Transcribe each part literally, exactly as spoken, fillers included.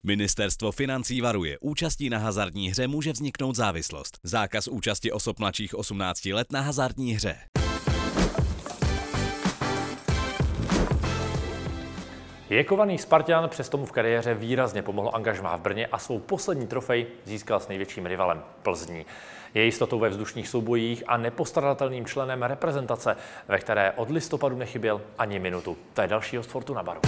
Ministerstvo financí varuje, účastí na hazardní hře může vzniknout závislost. Zákaz účasti osob mladších osmnácti let na hazardní hře. Jekovaný Spartan přesto mu v kariéře výrazně pomohlo angažmá v Brně a svou poslední trofej získal s největším rivalem Plzní. Je jistotou ve vzdušných soubojích a nepostradatelným členem reprezentace, ve které od listopadu nechyběl ani minutu. To je další host Fortuna Baru.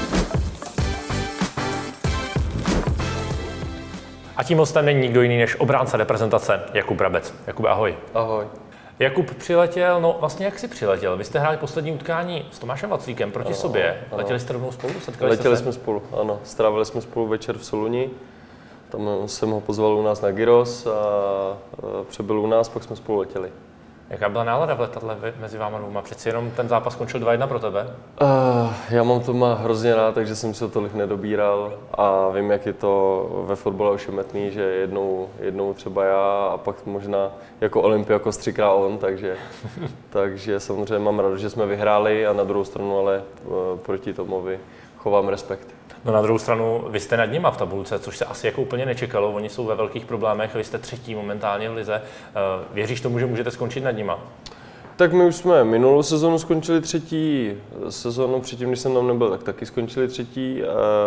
A tím hostem není nikdo jiný než obránce reprezentace Jakub Brabec. Jakube, ahoj. Ahoj. Jakub přiletěl, no vlastně jak jsi přiletěl? Vy jste hráli poslední utkání s Tomášem Vaclíkem proti ano, sobě. Ano. Letěli jste rovnou spolu? Setkali Letěli jste jsme se? spolu, ano. Strávili jsme spolu večer v Soluni. Tam jsem ho pozval u nás na gyros a přebyl u nás, pak jsme spolu letěli. Jaká byla nálada v letadle mezi váma dvouma? Přeci jenom ten zápas skončil dva jedna pro tebe. Uh, já mám to má hrozně rád, takže jsem si to tolik nedobíral a vím, jak je to ve fotbale ošemetný, že jednou, jednou třeba já a pak možná jako Olympiakos třikrát on, takže, takže samozřejmě mám rád, že jsme vyhráli a na druhou stranu ale uh, proti Tomovi chovám respekt. No na druhou stranu, vy jste nad nima v tabulce, což se asi jako úplně nečekalo. Oni jsou ve velkých problémech, vy jste třetí momentálně v lize. Věříš tomu, že můžete skončit nad nima? Tak my už jsme minulou sezonu skončili třetí, sezonu předtím, když jsem tam nebyl, tak taky skončili třetí.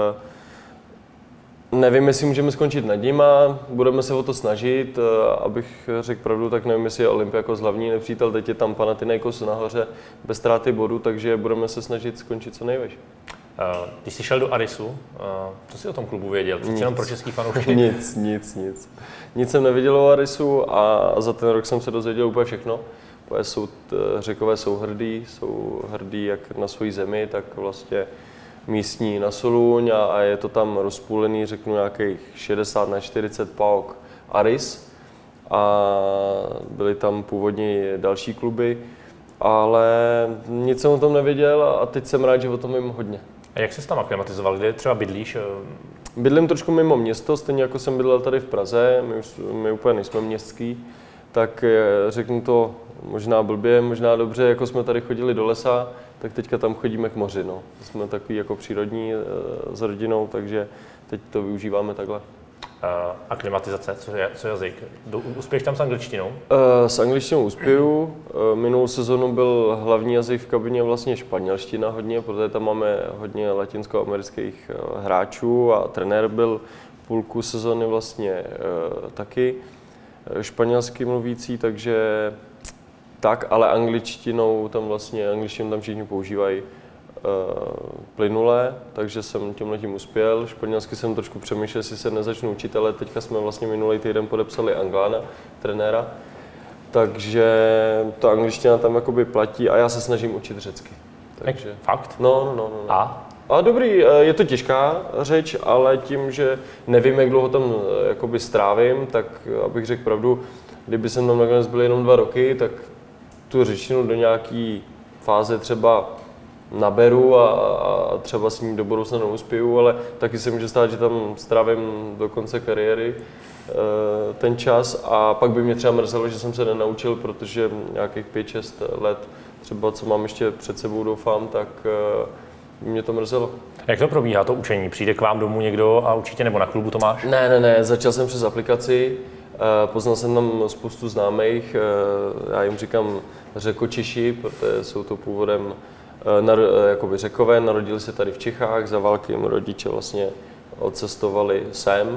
Nevím, jestli můžeme skončit nad nima, budeme se o to snažit, abych řekl pravdu, tak nevím, jestli je Olympiakos hlavní nepřítel, teď je tam Panathinaikos nahoře bez ztráty bodu, takže budeme se snažit skončit co nejvíc. Když jsi šel do Arisu, co jsi o tom klubu věděl? Přeci jenom pro český fanoušky? Nic, nic, nic. Nic jsem nevěděl o Arisu a za ten rok jsem se dozvěděl úplně všechno. Jsou, Řekové jsou hrdí, jsou hrdí jak na svoji zemi, tak vlastně místní na Soluň a, a je to tam rozpůlený, řeknu nějakých šedesát na čtyřicet paok Aris a byly tam původně další kluby, ale nic jsem o tom nevěděl a teď jsem rád, že o tom vím hodně. A jak jsi tam aklimatizoval? Kde třeba bydlíš? Bydlím trošku mimo město, stejně jako jsem bydlel tady v Praze, my, už, my úplně nejsme městský, tak řeknu to možná blbě, možná dobře, jako jsme tady chodili do lesa, tak teďka tam chodíme k moři. No. Jsme takový jako přírodní s rodinou, takže teď to využíváme takhle. Uh, aklimatizace, co je, co jazyk? Uspěješ tam s angličtinou? Uh, s angličtinou uspěju. Uh, minulou sezonu byl hlavní jazyk v kabině vlastně španělština hodně, protože tam máme hodně latinskoamerických uh, hráčů a trenér byl půlku sezony vlastně uh, taky španělsky mluvící, takže tak, ale angličtinou tam vlastně, angličtinu tam všichni používají plynule, takže jsem tímhletím uspěl. Španělsky jsem trošku přemýšlel, jestli se nezačnu učit, ale teďka jsme vlastně minulý týden podepsali Anglána, trenéra, takže ta angličtina tam jakoby platí a já se snažím učit řecky. Takže... Fakt? No, no, no. no. A? A dobrý, je to těžká řeč, ale tím, že nevím, jak dlouho tam jakoby strávím, tak abych řekl pravdu, kdyby jsem tam nakonec byl jenom dva roky, tak tu řečtinu do nějaký fáze třeba naberu a, a třeba s ní do budoucna neuspěju, ale taky se může stát, že tam strávím do konce kariéry e, ten čas a pak by mě třeba mrzelo, že jsem se nenaučil, protože nějakých pět šest let třeba, co mám ještě před sebou, doufám, tak e, mě to mrzelo. Jak to probíhá, to učení? Přijde k vám domů někdo a učíte, nebo na klubu to máš? Ne, ne, ne, začal jsem přes aplikaci, e, poznal jsem tam spoustu známých, e, já jim říkám Řekočiši, protože jsou to původem Nar- jakoby Řekové, narodili se tady v Čechách, za války jim rodiče vlastně odcestovali sem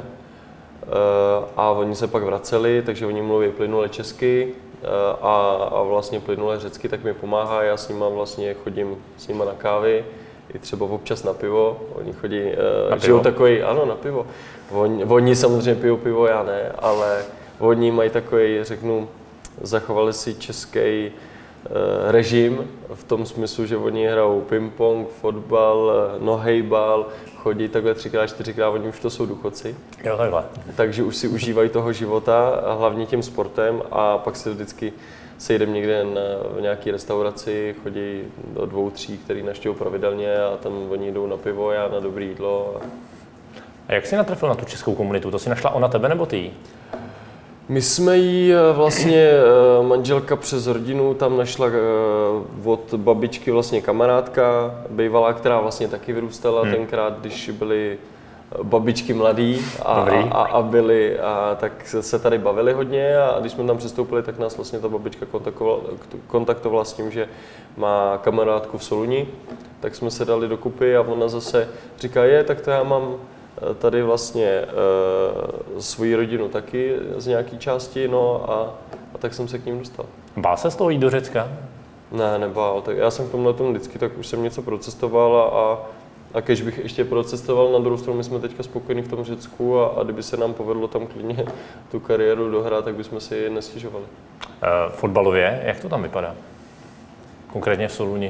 a oni se pak vraceli, takže oni mluví plynule česky a, a vlastně plynule řecky, tak mi pomáhá, já s nima vlastně chodím s nima na kávy, i třeba občas na pivo, oni chodí, na žijou takový, ano, na pivo. Oni, oni samozřejmě pijou pivo, já ne, ale oni mají takový, řeknu, zachovali si český režim v tom smyslu, že oni hrajou ping-pong, fotbal, nohejbal, chodí takhle třikrát, čtyřikrát, oni už to jsou důchodci. Jo, takhle. Takže už si užívají toho života, hlavně tím sportem a pak se vždycky sejdeme někde na, v nějaké restauraci, chodí do dvou, tří, který navštěvují pravidelně a tam oni jdou na pivo, já na dobré jídlo. A jak jsi natrefil na tu českou komunitu? To si našla ona tebe nebo ty? My jsme jí vlastně, manželka přes rodinu tam našla od babičky vlastně kamarádka, bývalá, která vlastně taky vyrůstala hmm. tenkrát, když byly babičky mladý a, a, a, a byli, a tak se tady bavili hodně a když jsme tam přistoupili, tak nás vlastně ta babička kontaktovala, kontaktovala s tím, že má kamarádku v Soluni, tak jsme se dali dokupy a ona zase říká, je, tak to já mám tady vlastně e, svoji rodinu taky z nějaké části, no a, a tak jsem se k ním dostal. Bál se z toho jít do Řecka? Ne, nebál, tak já jsem k tomhle tomu vždycky, tak už jsem něco procestoval a, a když bych ještě procestoval na druhou stranu, my jsme teďka spokojení v tom Řecku a, a kdyby se nám povedlo tam klidně tu kariéru dohrát, tak bychom si nestěžovali. E, fotbalově, jak to tam vypadá? Konkrétně v Soluni?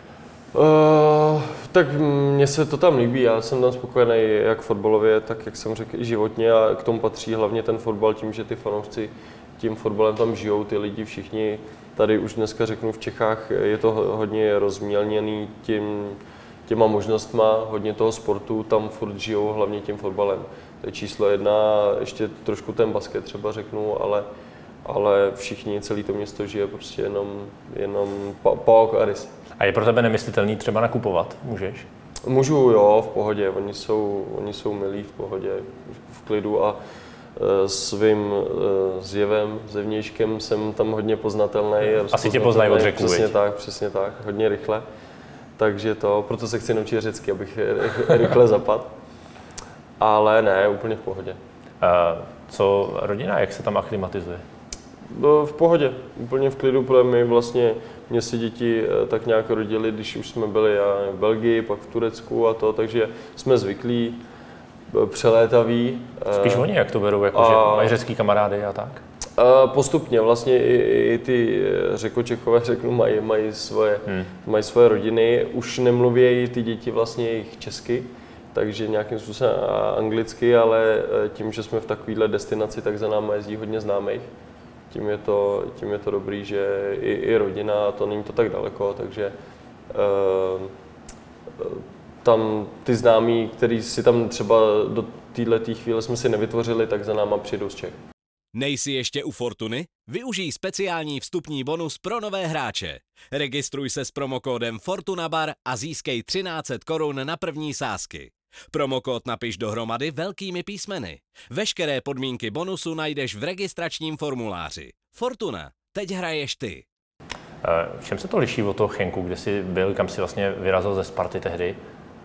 Uh, tak mně se to tam líbí, já jsem tam spokojený jak fotbalově, tak jak jsem řekl i životně a k tomu patří hlavně ten fotbal tím, že ty fanoušci tím fotbalem tam žijou, ty lidi všichni, tady už dneska řeknu v Čechách, je to hodně rozmělněný tím, těma možnostma, hodně toho sportu, tam furt žijou hlavně tím fotbalem. To je číslo jedna, ještě trošku ten basket třeba řeknu, ale, ale všichni, celé to město žije prostě jenom, jenom Paok a Rys. A je pro tebe nemyslitelný třeba nakupovat? Můžeš? Můžu, jo, v pohodě. Oni jsou, oni jsou milí v pohodě, v klidu a e, svým e, zjevem, zevnějškem jsem tam hodně poznatelný. Asi tě poznají od Řeků, Přesně viď? tak, přesně tak, hodně rychle. Takže to, proto se chci naučit řecky, abych rychle zapadl. Ale ne, úplně v pohodě. A co rodina, jak se tam aklimatizuje? No, v pohodě, úplně v klidu, protože my vlastně, mě si děti tak nějak rodili, když už jsme byli já v Belgii, pak v Turecku a to, takže jsme zvyklí, přelétaví. Spíš oni, jak to berou, jako, a... že mají řecký kamarády a tak? A postupně, vlastně i, i ty Řekočechové, řeknu, mají, mají, svoje, hmm. mají svoje rodiny, už nemluví ty děti vlastně jejich česky, takže nějakým způsobem anglicky, ale tím, že jsme v takovéhle destinaci, tak za námi jezdí hodně známých. Tím je to, tím je to dobrý, že i, i rodina, to není to tak daleko, takže uh, tam ty známí, který si tam třeba do této chvíle jsme si nevytvořili, tak za náma přijdou z Čech. Nejsi ještě u Fortuny? Využij speciální vstupní bonus pro nové hráče. Registruj se s promokódem FortunaBar a získej třináct set korun na první sázky. Promokód napiš dohromady velkými písmeny. Veškeré podmínky bonusu najdeš v registračním formuláři. Fortuna, teď hraješ ty. V čem se to liší od toho Chenku, kde jsi byl, kam jsi vlastně vyrazil ze Sparty tehdy?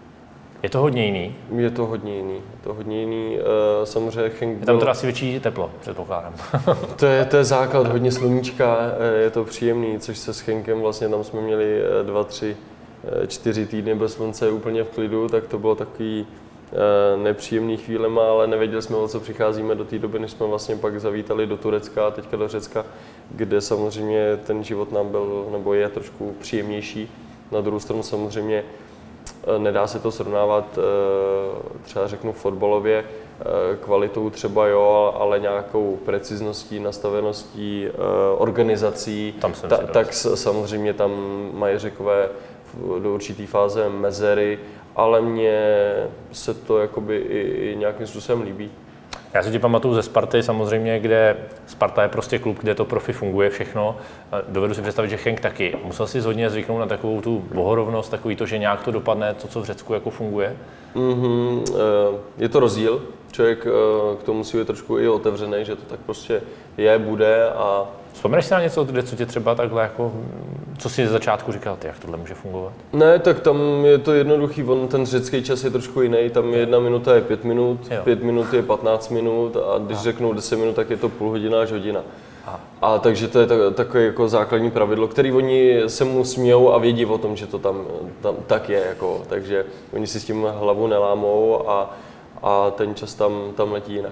Je to hodně jiný? Je to hodně jiný. Je to hodně jiný. Samozřejmě Chenk je tam teda asi větší teplo, předpokládám. to, je, to je základ, hodně sluníčka, je to příjemný, což se s Chenkem vlastně tam jsme měli dva, tři, čtyři týdny bez slunce úplně v klidu, tak to bylo takový nepříjemný chvílema, ale nevěděli jsme, o co přicházíme do té doby, než jsme vlastně pak zavítali do Turecka a teďka do Řecka, kde samozřejmě ten život nám byl, nebo je trošku příjemnější. Na druhou stranu samozřejmě nedá se to srovnávat, třeba řeknu fotbalově, kvalitou třeba jo, ale nějakou precizností, nastaveností, organizací, ta, tak samozřejmě tam mají Řekové do určité fáze mezery, ale mně se to jakoby i, i nějakým způsobem líbí. Já si tě pamatuju ze Sparty samozřejmě, kde Sparta je prostě klub, kde to profi funguje všechno. Dovedu si představit, že Chenk taky. Musel si hodně zvyknout na takovou tu bohorovnost, takový to, že nějak to dopadne, to, co v Řecku jako funguje? Mm-hmm, je to rozdíl. Člověk k tomu musí být trošku i otevřený, že to tak prostě je, bude a... Vzpomeneš si na něco, co tě třeba takhle jako, co jsi z začátku říkal, ty, jak tohle může fungovat? Ne, tak tam je to jednoduchý, on, ten řecký čas je trošku jiný, tam jedna minuta je pět minut, jo. pět minut je patnáct minut a když a. řeknou deset minut, tak je to půl hodina až hodina. A, a takže to je tak, takové jako základní pravidlo, který oni se mu smějou a vědí o tom, že to tam, tam tak je, jako, takže oni si s tím hlavu nelámou a, a ten čas tam, tam letí jinak.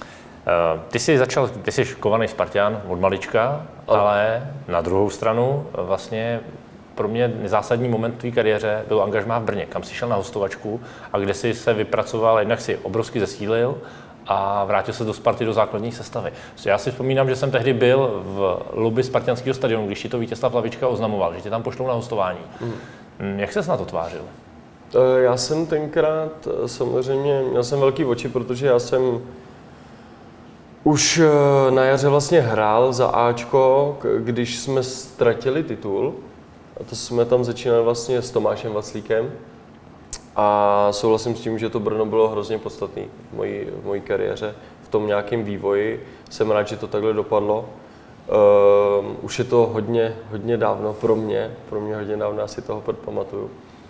Ty jsi začal, ty jsi kovaný Spartan od malička, ale na druhou stranu vlastně pro mě zásadní moment v tvý kariéře byl angažmá v Brně, kam jsi šel na hostovačku a kde jsi se vypracoval, jednak si obrovsky zesílil a vrátil se do Sparty do základní sestavy. Já si vzpomínám, že jsem tehdy byl v lobby spartanského stadionu, když ti to Vítězslav Lavička oznamoval, že tě tam pošlou na hostování. Mm. Jak ses na to tvářil? Já jsem tenkrát samozřejmě, měl jsem velký oči, protože já jsem už na jaře vlastně hrál za Ačko, když jsme ztratili titul. A to jsme tam začínali vlastně s Tomášem Vaclíkem. A souhlasím s tím, že to Brno bylo hrozně podstatné v mojí, v mojí kariéře, v tom nějakém vývoji. Jsem rád, že to takhle dopadlo. Uh, už je to hodně, hodně dávno pro mě, pro mě hodně dávno, já si toho pamatuju.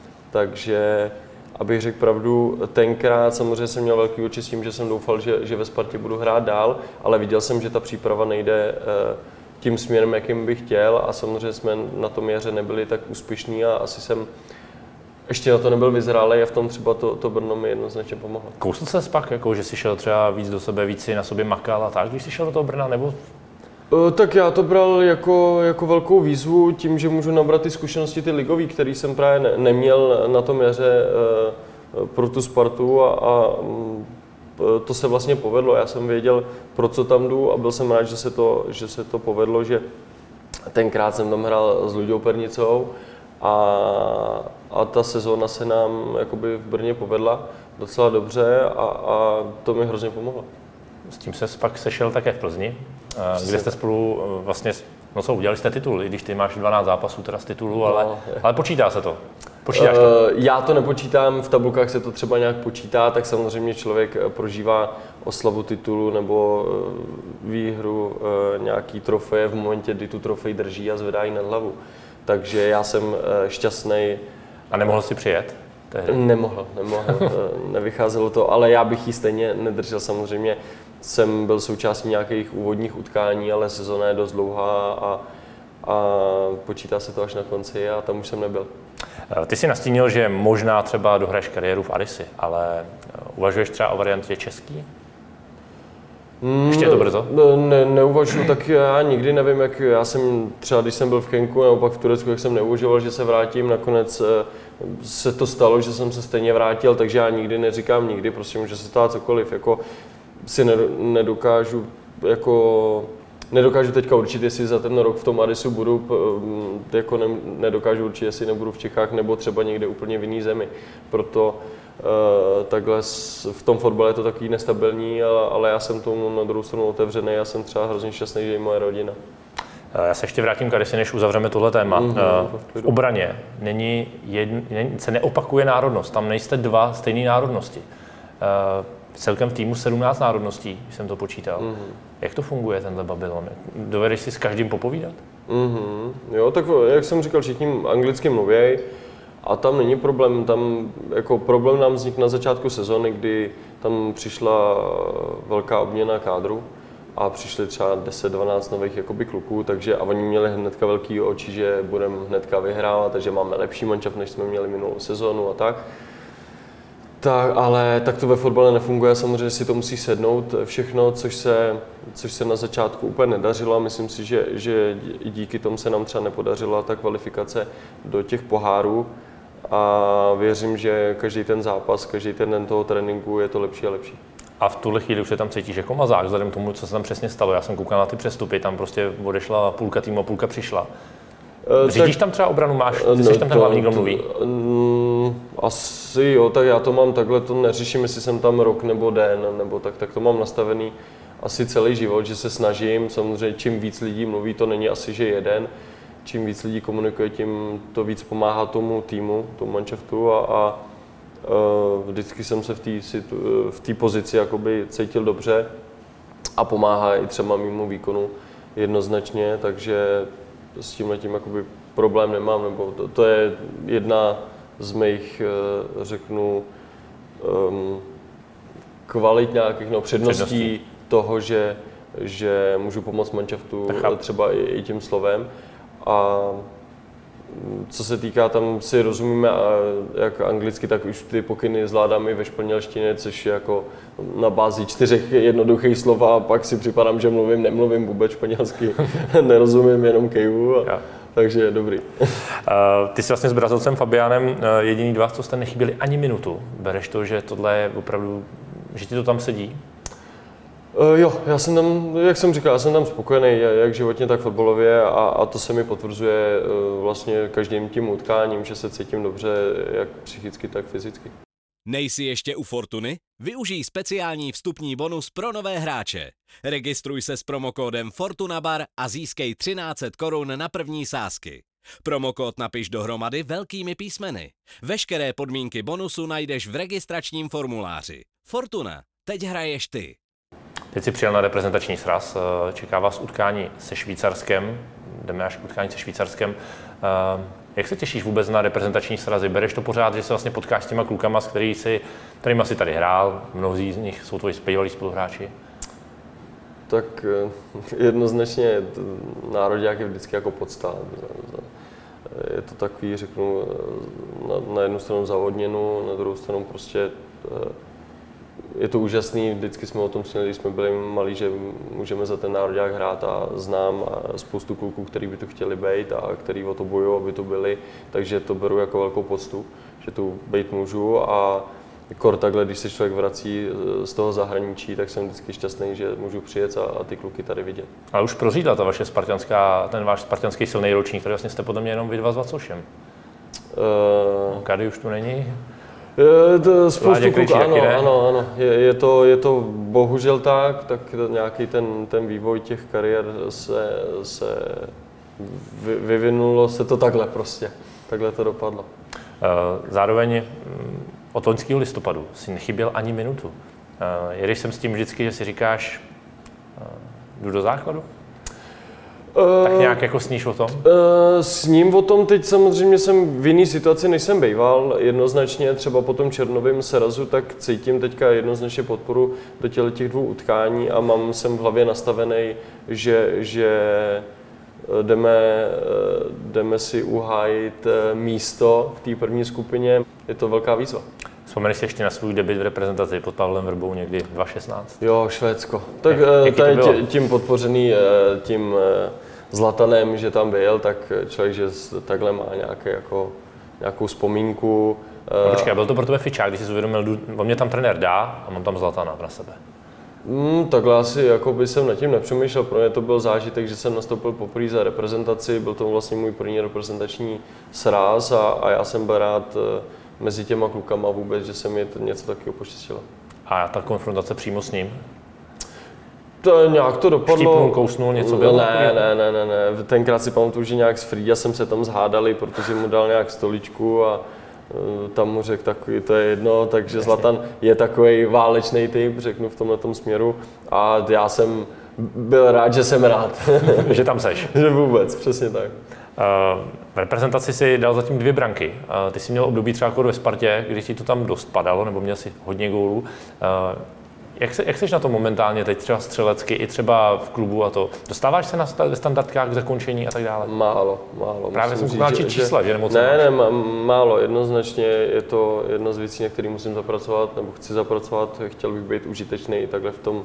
Takže, abych řekl pravdu, tenkrát samozřejmě jsem měl velký oči s tím, že jsem doufal, že, že ve Spartě budu hrát dál, ale viděl jsem, že ta příprava nejde uh, tím směrem, jakým bych chtěl, a samozřejmě jsme na tom jaře nebyli tak úspěšní a asi jsem ještě na to nebyl vyzrálej a v tom třeba to, to Brno mi jednoznačně pomohlo. Kousl se pak, jako, že jsi šel třeba víc do sebe, víc si na sobě makal a tak, když jsi šel do toho Brna, nebo? Tak já to bral jako, jako velkou výzvu tím, že můžu nabrat ty zkušenosti, ty ligový, který jsem právě ne, neměl na tom jaře e, pro tu Spartu, a, a to se vlastně povedlo. Já jsem věděl, pro co tam jdu, a byl jsem rád, že se to, že se to povedlo, že tenkrát jsem tam hrál s Luďou Pernicou a, a ta sezóna se nám jakoby v Brně povedla docela dobře a, a to mi hrozně pomohlo. S tím se pak sešel také v Plzni, kde jste spolu vlastně, no co, udělali jste titul, i když ty máš dvanáct zápasů teda z titulu, ale, no, ale počítá se to? Počítáš to? Já to nepočítám, v tabulkách se to třeba nějak počítá, tak samozřejmě člověk prožívá oslavu titulu nebo výhru nějaký trofeje v momentě, kdy tu trofej drží a zvedá ji nad hlavu. Takže já jsem šťastný. A nemohl si přijet? Tehdy? Nemohl, nemohl, nevycházelo to, ale já bych ji stejně nedržel. Samozřejmě jsem byl součástí nějakých úvodních utkání, ale sezona je dost dlouhá a, a počítá se to až na konci a tam už jsem nebyl. Ty jsi nastínil, že možná třeba dohraješ kariéru v Addisi, ale uvažuješ třeba o variantě český? Ještě je to brzo? Ne, ne, neuvažuji, tak já nikdy nevím, jak já jsem třeba, když jsem byl v Kenku nebo pak v Turecku, jak jsem neuvažoval, že se vrátím, nakonec se to stalo, že jsem se stejně vrátil, takže já nikdy neříkám nikdy, prostě může se stát cokoliv, jako si nedokážu, jako nedokážu teďka určit, jestli za ten rok v tom Addisu budu, jako ne, nedokážu určit, jestli nebudu v Čechách nebo třeba někde úplně v jiný zemi, proto Uh, takhle v tom fotbale je to takový nestabilní, ale, ale já jsem tomu na druhou stranu otevřený, já jsem třeba hrozně šťastný, že je moje rodina. Já se ještě vrátím k Addisi, než uzavřeme tohle téma. Mm-hmm. V obraně není jedn, se neopakuje národnost, tam nejste dva stejné národnosti. Uh, celkem v týmu sedmnáct národností, když jsem to počítal. Mm-hmm. Jak to funguje, tenhle Babylon? Dovedeš si s každým popovídat? Mm-hmm. Jo, tak jak jsem říkal, všichni anglicky mluvěj. A tam není problém, tam jako problém nám vznikl na začátku sezóny, kdy tam přišla velká obměna kádru a přišli třeba deset dvanáct nových jakoby kluků, takže a oni měli hnedka velký oči, že budeme hnedka vyhrávat, takže máme lepší mančav, než jsme měli minulou sezónu a tak. Tak, ale tak to ve fotbale nefunguje, samozřejmě si to musí sednout všechno, což se, což se na začátku úplně nedařilo a myslím si, že, že i díky tomu se nám třeba nepodařila ta kvalifikace do těch pohárů. A věřím, že každý ten zápas, každý ten den toho tréninku je to lepší a lepší. A v tuhle chvíli už se tam cítíš jako mazák, vzhledem k tomu, co se tam přesně stalo. Já jsem koukal na ty přestupy, tam prostě odešla půlka týmu a půlka přišla. Řídíš tak, tam třeba obranu, máš, ty jsi no, tam ten hlavní, kdo mluví? Asi jo, tak já to mám takhle, to neřeším, jestli jsem tam rok nebo den, nebo tak, tak to mám nastavený asi celý život, že se snažím, samozřejmě čím víc lidí mluví, to není asi, že jeden. Čím víc lidí komunikuje, tím to víc pomáhá tomu týmu, tomu manšaftu a, a uh, vždycky jsem se v té v té pozici jakoby cítil dobře a pomáhá i třeba mému výkonu jednoznačně, takže s tímhletím jakoby problém nemám, nebo to, to je jedna z mých, uh, řeknu, um, kvalit nějakých, no, předností, předností toho, že, že můžu pomoct manšaftu třeba i, i tím slovem. A co se týká, tam si rozumíme jak anglicky, tak už ty pokyny zvládám i ve španělštině, což je jako na bázi čtyřech jednoduchých slov a pak si připadám, že mluvím, nemluvím vůbec španělsky, nerozumím, jenom kejvu, a, takže je dobrý. Uh, ty jsi vlastně s Brazilcem Fabianem uh, jediný dva, co jste nechyběli ani minutu. Bereš to, že tohle je opravdu, že ti to tam sedí? Uh, jo, já jsem tam, jak jsem říkal, já jsem tam spokojený, jak životně, tak fotbalově a, a to se mi potvrzuje uh, vlastně každým tím utkáním, že se cítím dobře, jak psychicky, tak fyzicky. Nejsi ještě u Fortuny? Využij speciální vstupní bonus pro nové hráče. Registruj se s promokódem FortunaBar a získej třináct set korun na první sázky. Promokód napiš dohromady velkými písmeny. Veškeré podmínky bonusu najdeš v registračním formuláři. Fortuna, teď hraješ ty. Teď si přijel na reprezentační sraz, čeká vás utkání se Švýcarskem, jdeme až k utkání se Švýcarskem. Jak se těšíš vůbec na reprezentační srazy? Bereš to pořád, že se vlastně potkáš s těma klukama, s který si, kterýma si tady hrál, mnozí z nich jsou tvoji bývalí spoluhráči? Tak jednoznačně nároďák je vždycky jako podsta. Je to takový, řeknu, na, na jednu stranu zavodněnu, na druhou stranu prostě je to úžasný, vždycky jsme o tom sněli, když jsme byli malí, že můžeme za ten nároďák hrát a znám spoustu kluků, kteří by tu chtěli být a kteří o to bojují, aby to byli, takže to beru jako velkou poctu, že tu být můžu a kor takhle, když se člověk vrací z toho zahraničí, tak jsem vždycky šťastný, že můžu přijet a, a ty kluky tady vidět. Ale už prořídla ta vaše spartanská, ten váš spartanský silný ročník, který vlastně jste podle mě jenom vy dva s Vacošem. Uh, Kady už tu není? Je to spoustu kluků, ano, ano, ano. Je, je, to, je to bohužel tak, tak nějaký ten, ten vývoj těch kariér se, se vy, vyvinulo se to takhle prostě, takhle to dopadlo. Zároveň od loňského listopadu si nechyběl ani minutu. Jedeš sem s tím vždycky, že si říkáš, jdu do základu? Tak nějak jako sníš o tom? S ním o tom teď samozřejmě jsem v jiné situaci, než jsem býval. Jednoznačně třeba po tom červnovém srazu, tak cítím teďka jednoznačně podporu do těchto těch dvou utkání a mám jsem v hlavě nastavený, že, že jdeme, jdeme si uhájit místo v té první skupině. Je to velká výzva. Vzpomeneš si ještě na svůj debut v reprezentaci pod Pavlem Vrbou někdy dva tisíce šestnáct? Jo, Švédsko. Tak Jak, to je tím podpořený tím Zlatanem, že tam byl, tak člověk, že takhle má nějaké, jako, nějakou vzpomínku. No, počkej, byl to pro tebe fičák, když jsi uvědomil, o mě tam trenér dá a mám tam Zlatana na sebe? Hmm, takhle asi jako by jsem nad tím nepřemýšlel, pro mě to byl zážitek, že jsem nastoupil poprvé za reprezentaci, byl to vlastně můj první reprezentační sráz a, a já jsem byl rád mezi těma klukama vůbec, že se mi něco takového poštěstilo. A ta konfrontace přímo s ním? To nějak to dopadlo. Štípnul, kousnul, něco bylo? Ne, ne, ne, ne, ne. Tenkrát si pamatuju, že nějak s Frýďa jsem se tam zhádali, protože mu dal nějak stoličku a tam mu řekl takový, to je jedno, takže Zlatan je takový válečný typ, řeknu v tomhletom směru a já jsem byl rád, že jsem rád. Že tam seš. Že vůbec, přesně tak. V reprezentaci si dal zatím dvě branky. Ty jsi měl období třeba jako ve Spartě, kdy ti to tam dost padalo, nebo měl si hodně gólů. Jak, se, jak seš na to momentálně teď třeba střelecky i třeba v klubu a to? Dostáváš se na sta- standardkách k zakončení a tak dále? Málo, málo. Právě jsem koukal čísla, že nemoc Ne, ne, málo. Jednoznačně je to jedna z věcí, na které musím zapracovat, nebo chci zapracovat. Chtěl bych být užitečný i takhle v, tom,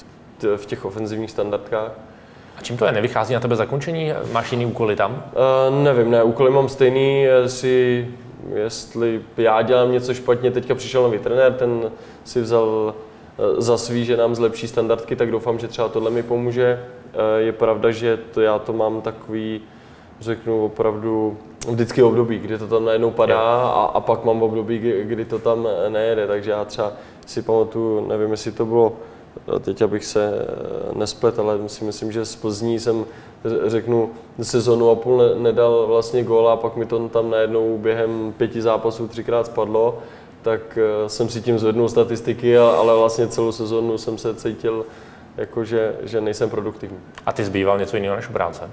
v těch ofenzivních standardkách. A čím to je? Nevychází na tebe zakončení? Máš jiný úkoly tam? Uh, nevím, ne, úkoly mám stejný, jestli, jestli já dělám něco špatně, teďka přišel nový trenér, ten si vzal za svý, že nám zlepší standardky, tak doufám, že třeba tohle mi pomůže. Je pravda, že to, já to mám takový, řeknu opravdu, vždycky období, kdy to tam najednou padá a, a pak mám období, kdy to tam nejede, takže já třeba si pamatuju, nevím, jestli to bylo, teď abych se nesplet, ale si myslím, že z Plzní jsem, řeknu, sezonu a půl nedal vlastně gól a pak mi to tam najednou během pěti zápasů třikrát spadlo. Tak jsem si tím zvednul statistiky, ale vlastně celou sezónu jsem se cítil, jako že, že nejsem produktivní. A ty zbýval něco jiného než obránce?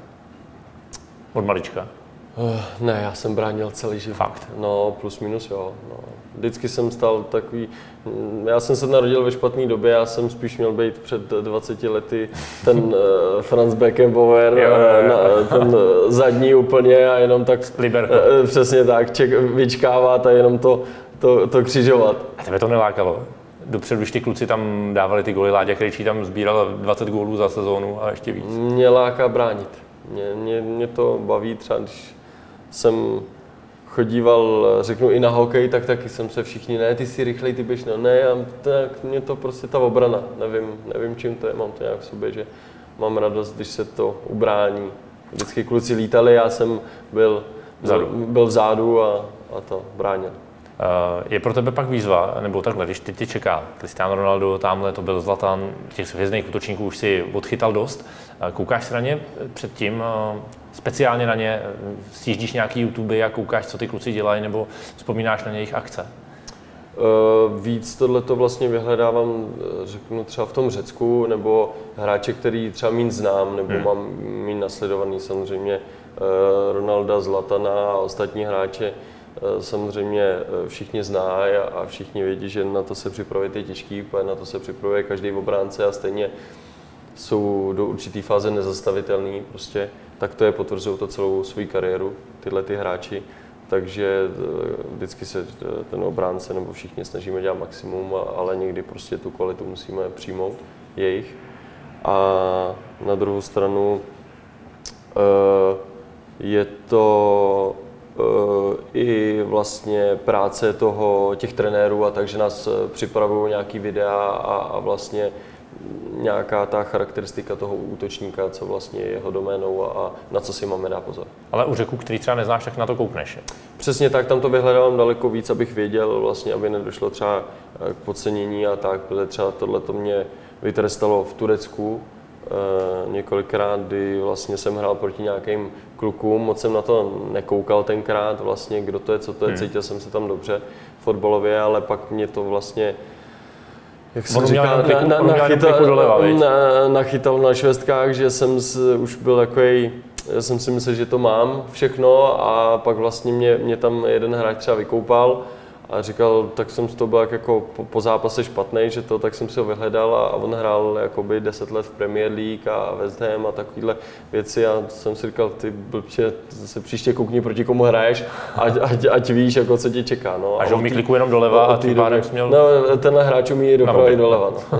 Od malička? Uh, ne, já jsem bránil celý život. Fakt? No, plus minus jo. No. Vždycky jsem stal takový, já jsem se narodil ve špatné době, já jsem spíš měl být před dvaceti lety ten uh, Franz Beckenbauer, jo, jo, jo. Na, ten zadní úplně a jenom tak, uh, přesně tak, ček, vyčkávat a jenom to, To, to křižovat. A tebe to nelákalo? Dopředu, když ty kluci tam dávali ty góly, Láďa Krejčí tam sbíral dvacet gólů za sezónu a ještě víc. Mě láká bránit. Mě, mě, mě to baví třeba, když jsem chodíval, řeknu i na hokej, tak taky jsem se všichni, ne, ty jsi rychlej, ty běž, no, ne, a tak mě to prostě ta obrana, nevím, nevím čím to je, mám to nějak v sobě, že mám radost, když se to ubrání. Vždycky kluci lítali, já jsem byl vzadu, byl vzadu a, a to bránil. Je pro tebe pak výzva, nebo takhle, když teď tě čeká Cristiano Ronaldo, tamhle to byl Zlatan, těch hvězdných útočníků už si odchytal dost. Koukáš se na ně předtím, speciálně na ně, sjíždíš nějaký YouTube a koukáš, co ty kluci dělají, nebo vzpomínáš na jejich akce? Uh, víc tohleto vlastně vyhledávám, řeknu třeba v tom Řecku, nebo hráče, který třeba míň znám, nebo hmm. mám míň nasledovaný samozřejmě uh, Ronalda, Zlatana a ostatní hráče. Uh, samozřejmě všichni znají a, a všichni vědí, že na to se připravit je těžký, na to se připravuje každý obránce a stejně jsou do určité fáze nezastavitelný, prostě tak to je, potvrzují to celou svou kariéru, tyhle ty hráči. Takže vždycky se ten obránce nebo všichni snažíme dělat maximum, ale někdy prostě tu kvalitu musíme přijmout jejich. A na druhou stranu je to i vlastně práce toho, těch trenérů a takže nás připravují nějaký videa a, a vlastně nějaká ta charakteristika toho útočníka, co vlastně je jeho doménou a, a na co si máme dát pozor. Ale u Řeků, který třeba neznáš, tak na to koukneš. Přesně tak, tam to vyhledávám daleko víc, abych věděl, vlastně, aby nedošlo třeba k podcenění a tak, protože třeba tohle to mě vytrestalo v Turecku e, několikrát, kdy vlastně jsem hrál proti nějakým klukům, moc jsem na to nekoukal tenkrát, vlastně, kdo to je, co to je, hmm. cítil jsem se tam dobře fotbalově, ale pak mě to vlastně jak se říká, na, na, nachytal, doleva, na, nachytal na švestkách, že jsem z, už byl takový, já jsem si myslel, že to mám všechno a pak vlastně mě, mě tam jeden hráč třeba vykoupal a říkal, tak jsem z toho byl jako po, po zápase špatnej, že to, tak jsem si ho vyhledal a, a on hrál jakoby deset let v Premier League a West Ham a takovýhle věci a jsem si říkal, ty blbče, se příště koukni, proti komu hraješ, ať, ať, ať víš, jako, co tě čeká. No. A, a že umí kliku jenom doleva a tím pádem jsi měl... No, tenhle hráč umí doprava i doleva. No.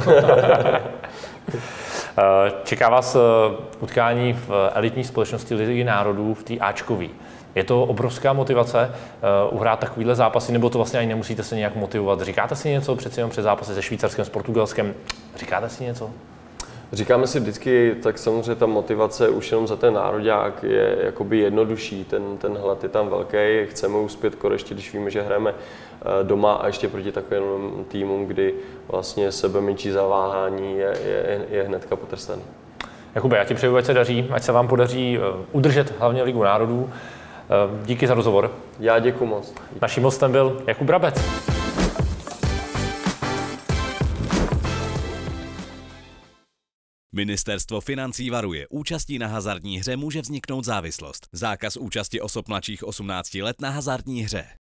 Čeká vás utkání v elitní společnosti Ligy národů v té áčkový. Je to obrovská motivace uh, uhrát takovýhle zápasy, nebo to vlastně ani nemusíte se nějak motivovat? Říkáte si něco přeci jenom před zápasy se Švýcarskem, s Portugalskem? Říkáte si něco? Říkáme si vždycky, tak samozřejmě ta motivace už jenom za ten nároďák je jakoby jednodušší, ten, ten hlad je tam velký, chceme uspět konečně, když víme, že hrajeme doma a ještě proti takovým týmům, kdy vlastně sebe menší zaváhání je, je, je hnedka potrestaný. Jakube, já ti přeju, ať se daří, ať se vám podaří udržet hlavně Ligu národů. Díky za rozhovor. Já děkuji moc. Naším hostem byl Jakub Brabec. Ministerstvo financí varuje, účastí na hazardní hře může vzniknout závislost. Zákaz účasti osob mladších osmnácti let na hazardní hře.